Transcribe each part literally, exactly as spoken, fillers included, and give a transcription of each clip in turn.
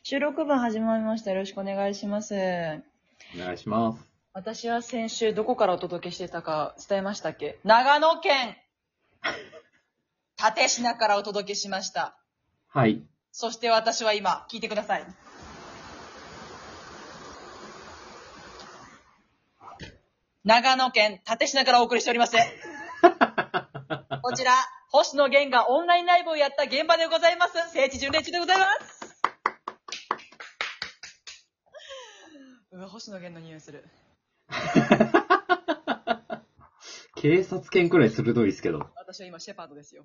収録分始まりました。よろしくお願いします。 お願いします。 私は先週どこからお届けしてたか伝えましたっけ？長野県立科からお届けしました。 はい。 そして私は今、聞いてください。長野県立科からお送りしております。こちら、星野源がオンラインライブをやった現場でございます。聖地巡礼中でございます。うわ、星野源の匂いする。 警察犬くらい鋭いですけど。 私は今シェパードですよ。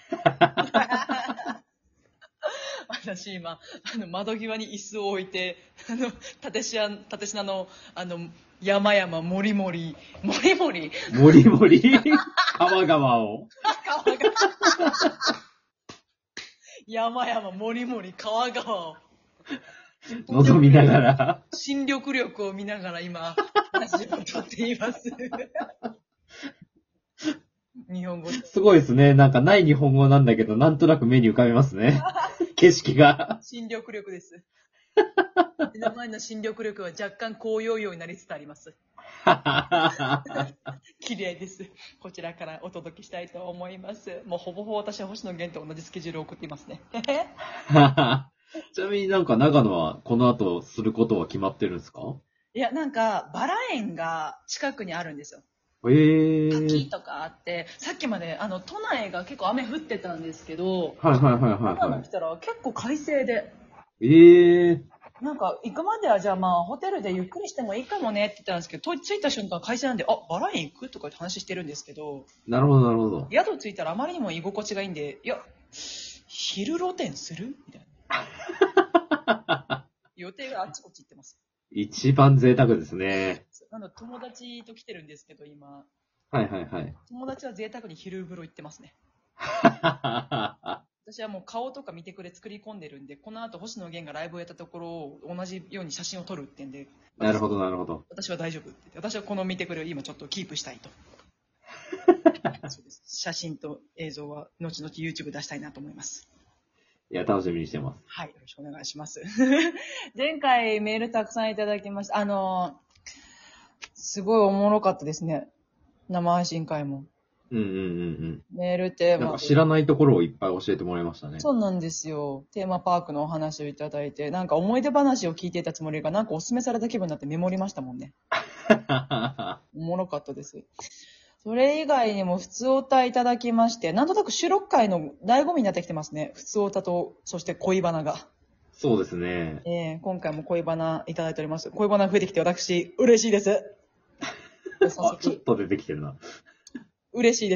私今、あの、窓際に椅子を置いて、あの、立科、立科の、あの、山々、もりもり、もりもり。 もりもり川川を。 川が。山々、もりもり、川川を。 望みながら。 新緑力を見ながら今、話をとっています。日本語。 すごいですね。なんかない日本語なんだけど、なんとなく目に浮かびますね。景色が。 新緑力です。目の前の新緑力は若干紅葉葉になりつつあります。綺麗です。こちらからお届けしたいと思います。もうほぼほぼ私は星野源と同じスケジュールを送っていますね。 ちなみになんか長野はこの後することは決まってるんですか？ いや、なんかバラ園が近くにあるんですよ。 えー。 滝とかあって、さっきまであの都内が結構雨降ってたんですけど、 はいはいはいはい、 長はい。 野来たら結構快晴で、 えー。 なんか行くまではじゃあまあホテルでゆっくりしてもいいかもねって言ったんですけど、着いた瞬間快晴なんで、あ、バラ園行くとかって話してるんですけど、 なるほどなるほど。 宿着いたらあまりにも居心地がいいんで、いや、昼露天するみたいな。予定があっちこっち行ってます。 一番贅沢ですね。 なので友達と来てるんですけど今。 はいはいはい。 友達は贅沢に昼風呂行ってますね。私はもう顔とか見てくれ作り込んでるんで、この後星野源がライブをやったところを同じように写真を撮るってんで。 なるほどなるほど。 私は大丈夫って言って、私はこの見てくれを今ちょっとキープしたいと。そうです。写真と映像は後々 YouTube 出したいなと思います。 いや、楽しみにしてます。 はい、よろしくお願いします。前回メールたくさんいただきました。あの、すごいおもろかったですね。生配信会も。 うんうんうんうん。 メールテーマ。 なんか知らないところをいっぱい教えてもらいましたね。 そうなんですよ。テーマパークのお話をいただいて、なんか思い出話を聞いていたつもりが、なんかおすすめされた気分になってメモりましたもんね。おもろかったです。それ以外にも普通歌いただきまして、なんとなく収録会の醍醐味になってきてますね。普通歌と、そして恋バナが。 そうですね。 えー、今回も恋バナいただいております。恋バナ増えてきて私、嬉しいです。 あ、ちょっと出てきてるな。 嬉しいです。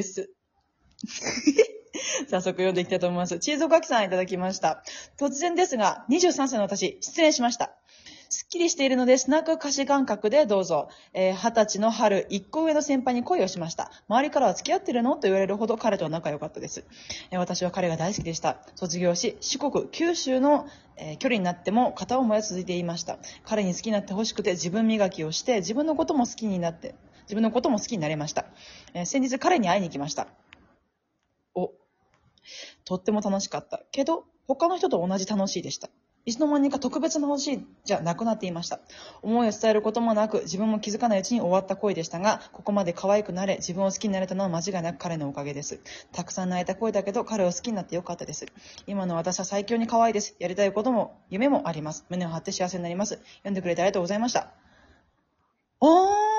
早速読んでいきたいと思います。チーズおかきさんいただきました。突然ですが、にじゅうさんさいの私、失礼しました。すっきりしているので、スナック歌詞感覚でどうぞ。えー、二十歳の春、一個上の先輩に恋をしました。周りからは付き合ってるのと言われるほど彼とは仲良かったです。えー、私は彼が大好きでした。卒業し、四国、九州の、えー、距離になっても片思いは続いていました。彼に好きになってほしくて自分磨きをして、自分のことも好きになって、自分のことも好きになれました。えー、先日彼に会いに行きました。お、とっても楽しかった。けど、他の人と同じ楽しいでした。いつの間にか特別な楽しいじゃなくなっていました。思いを伝えることもなく、自分も気づかないうちに終わった恋でしたが、ここまで可愛くなれ、自分を好きになれたのは間違いなく彼のおかげです。たくさん泣いた恋だけど、彼を好きになってよかったです。今の私は最強に可愛いです。やりたいことも、夢もあります。胸を張って幸せになります。読んでくれてありがとうございました。おーん。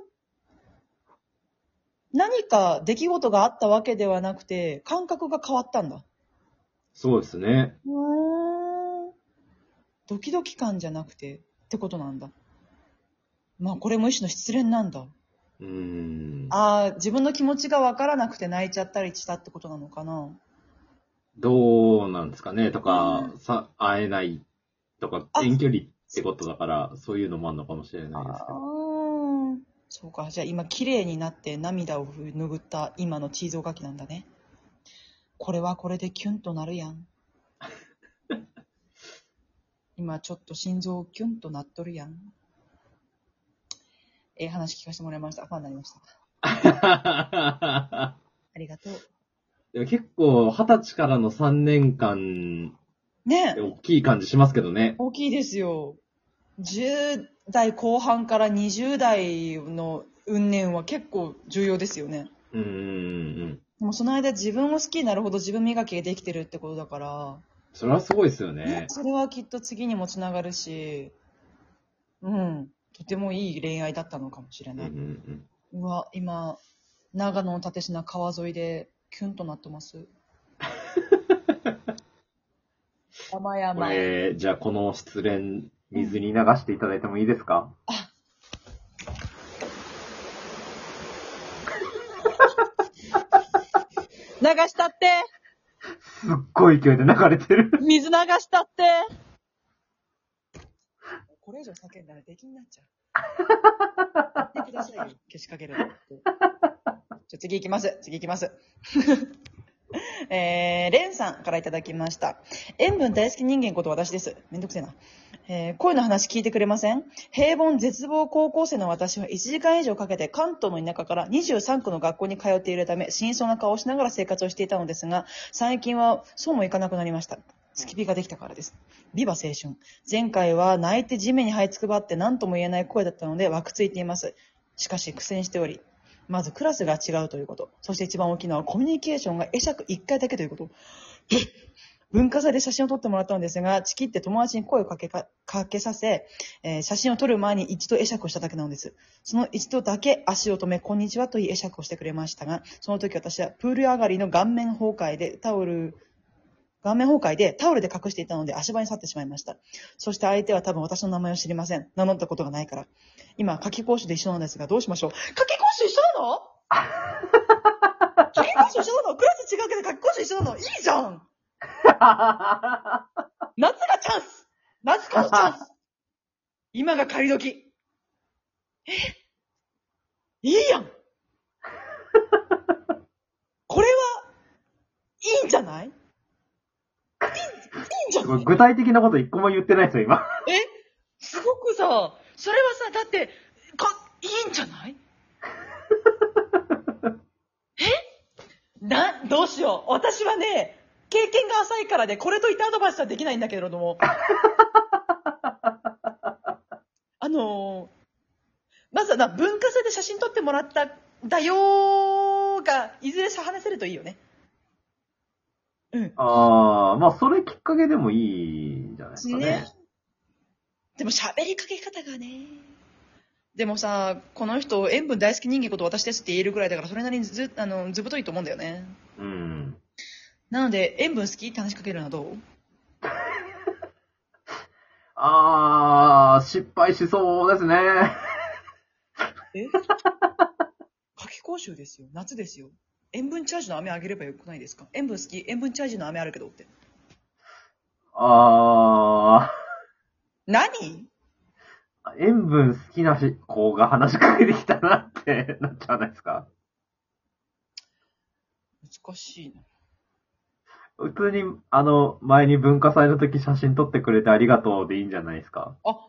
何か出来事があったわけではなくて、感覚が変わったんだ。 そうですね。 うーん。ドキドキ感じゃなくてってことなんだ。まあこれも一種の失恋なんだ。 うーん。 ああ、自分の気持ちが分からなくて泣いちゃったりしたってことなのかな。 どうなんですかねとか、さ、会えないとか、遠距離ってことだから、そういうのもあるのかもしれないですけど。 ああ、そうか。じゃあ今綺麗になって涙を拭った今のチーズおかきなんだね。これはこれでキュンとなるやん。今ちょっと心臓キュンとなっとるやん。ええ話聞かせてもらいました。ファンになりました。ありがとう。 でも結構、二十歳からのさんねんかんね大きい感じしますけどね。 大きいですよ。じゅう代後半からにじゅう代の運年は結構重要ですよね。 うんうんうん。 でもその間自分を好きになるほど自分磨きができてるってことだから、 それはすごいですよねね。 それはきっと次にもつながるし、うん、とてもいい恋愛だったのかもしれうんうない。 んうわ、今、長野の立科川沿いでキュンとなってます。山こ 々。 れ、じゃあこの失恋、水に流していただいてもいいですか？ あ、流したってすっごい勢いで流れてる。 水流したってこれ以上叫んだら出来になっちゃう。やってくださいよ、消しかけるのって。じゃ次行きます。次行きます。えー、レンさんからいただきました。塩分大好き人間こと私です。めんどくせえな。えー、恋の話聞いてくれません？平凡絶望高校生の私はいちじかん以上かけて関東の田舎からにじゅうさん区の学校に通っているため、真相な顔をしながら生活をしていたのですが、最近はそうもいかなくなりました。付き火ができたからです。ビバ青春。前回は泣いて地面に這いつくばって何とも言えない声だったので湧くついています。しかし苦戦しており、まずクラスが違うということ。そして一番大きいのはコミュニケーションが会釈いっかいだけということ。文化祭で写真を撮ってもらったのですが、チキって友達に声をかけか、かけさせ、えー写真を撮る前に一度会釈をしただけなのです。その一度だけ足を止め、こんにちはと言い会釈をしてくれましたが、その時私はプール上がりの顔面崩壊でタオル、顔面崩壊でタオルで隠していたので足場に去ってしまいました。そして相手は多分私の名前を知りません。名乗ったことがないから。今、夏季講習で一緒なんですが、どうしましょう？夏季講習一緒なの？夏季講習一緒なの？クラス違うけど夏季講習一緒なの？いいじゃん！夏がチャンス！夏こそチャンス！今が借り時。え？いいやん！これは、いいんじゃない？いい、いいんじゃない？ 具体的なこと一個も言ってないですよ、今。 え？すごくさ、それはさ、だって、か、いいんじゃない？え？な、どうしよう。私はね、経験が浅いからで、これといったアドバイスはできないんだけれども。あのー、まずはな、文化祭で写真撮ってもらったんだよーが、いずれ話せるといいよね。うん。 ああ、まあそれきっかけでもいいんじゃないですかね。 ね。でも喋りかけ方がね。でもさ、この人、塩分大好き人間こと私ですって言えるぐらいだから、それなりにず、あの、ずぶといと思うんだよね。 うん。 なので、塩分好きって話しかけるのはどう？ ああ、失敗しそうですね。 え？夏季講習ですよ。夏ですよ。塩分チャージの飴あげればよくないですか？塩分好き？塩分チャージの飴あるけどって。 あ何？ あ、塩分好きなし子が話しかけてきたなってなっちゃわないですか？ 難しいな。 普通に、あの、前に文化祭の時写真撮ってくれてありがとうでいいんじゃないですか？ あ、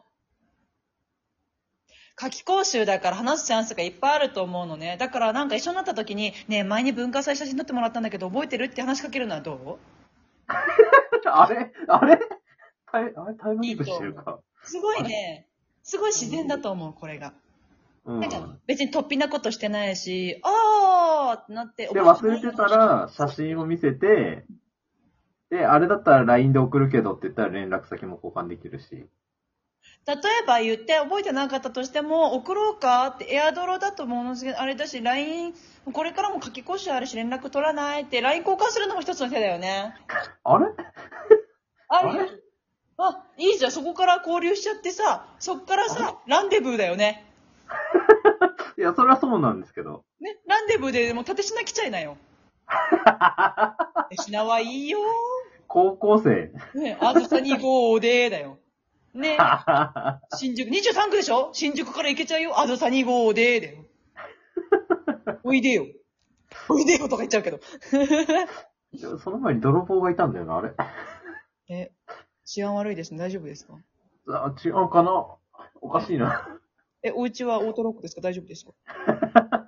夏季講習だから話すチャンスがいっぱいあると思うのね。だからなんか一緒になった時に、ねえ、前に文化祭写真撮ってもらったんだけど覚えてるって話しかけるのはどあれあれタイあれタイムう？いリープしいと思う。 てるか。 すごいね。すごい自然だと思う、これが。 うん。 なんか別に突飛なことしてないし、あーってなって、 で、忘れてたら、写真を見せて、で、あれだったら ライン で送るけどって言ったら連絡先も交換できるし。 例えば言って覚えてなかったとしても、送ろうかって、エアドロだとものすごいあれだし、ライン、これからも夏季講習あるし連絡取らないって、ライン 交換するのも一つの手だよね。 あれある。あ、いいじゃん。そこから交流しちゃってさ、そっからさ、ランデブーだよね。 いや、それはそうなんですけど。 ね、ランデブーでもう縦品来ちゃいなよ。縦品はいいよ。 高校生。 ね、あずさに号でだよ。ね。新宿、にじゅうさん区でしょ？新宿から行けちゃうよ。あずさに号でだよ。おいでよ。おいでよとか言っちゃうけど。 その前に泥棒がいたんだよな、あれ。 え、治安悪いですね。大丈夫ですか？ あ、違うかな。おかしいな。 え、お家はオートロックですか？大丈夫ですか？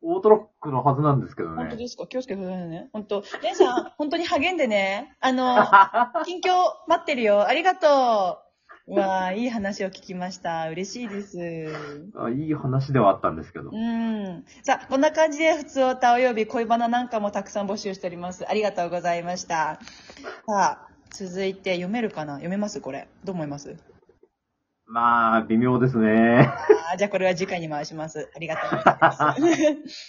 オートロックのはずなんですけどね。 本当ですか？気をつけてくださいね。本当。レンさん、本当に励んでね。あの、近況待ってるよ。ありがとう。うわー、いい話を聞きました。嬉しいです。 あ、いい話ではあったんですけど。 うん。さあ、こんな感じで、普通おたおよび恋バナなんかもたくさん募集しております。ありがとうございました。さあ、続いて読めるかな？読めますこれ。どう思います？ まあ、微妙ですね。 あ、じゃあこれは次回に回します。ありがとうございます。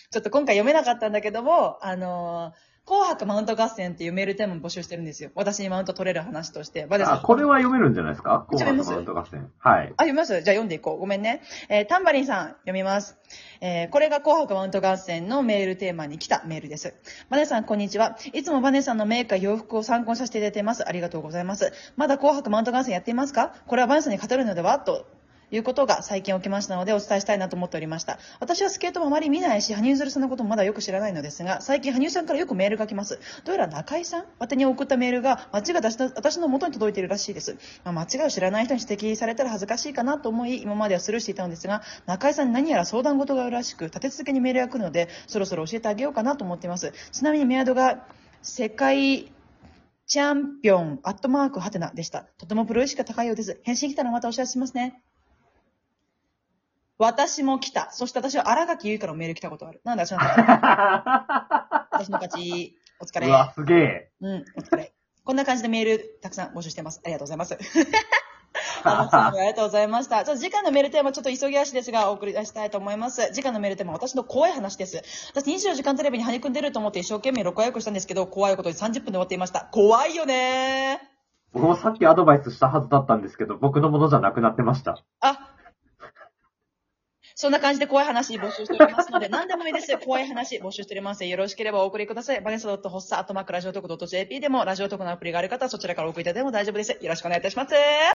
ちょっと今回読めなかったんだけども、あのー、紅白マウント合戦っていうメールテーマも募集してるんですよ。私にマウント取れる話として。バデさん。 あ、これは読めるんじゃないですか？紅白読めますマウント合戦。はい。 あ、読みます？じゃあ読んでいこう。ごめんね。えー、タンバリンさん、読みます。えー、これが紅白マウント合戦のメールテーマに来たメールです。バネさん、こんにちは。いつもバネさんのメーカー洋服を参考にさせていただいています。ありがとうございます。まだ紅白マウント合戦やっていますか？これはバネさんに勝てるのではと。いうことが最近起きましたのでお伝えしたいなと思っておりました。私はスケートもあまり見ないし、羽生結弦さんのこともまだよく知らないのですが、最近羽生さんからよくメールが来ます。どうやら中井さん宛てに送ったメールが間違い私の私の元に届いているらしいです。まあ、間違いを知らない人に指摘されたら恥ずかしいかなと思い、今まではスルーしていたのですが、中井さんに何やら相談事があるらしく、立て続けにメールが来るので、そろそろ教えてあげようかなと思っています。ちなみにメアドが世界チャンピオンアットマークハテナでした。とてもプロ意識が高いようです。返信来たらまたお知らせしますね。私も来た。そして私は荒垣結衣からメール来たことある。なんだ、私の勝ち。私の勝ち。お疲れ。 うわ、すげえ。 うん、お疲れ。こんな感じでメールたくさん募集してます。ありがとうございます。ありがとうございました。ちょっと次回のメールテーマちょっと急ぎ足ですがお送り出したいと思います。次回のメールテーマは私の怖い話です。私にじゅうよじかんテレビに張り組んでると思って一生懸命録画予約したんですけど、怖いことにさんじゅっぷんで終わっていました。怖いよねー。 僕もさっきアドバイスしたはずだったんですけど、僕のものじゃなくなってました。 あ、そんな感じで怖い話募集しておりますので、何でもいいです。怖い話募集しております。よろしければお送りください。バネス .hossa、アットマークラジオトーク .jp でも、ラジオトークのアプリがある方はそちらからお送りいただいても大丈夫です。よろしくお願いいたします。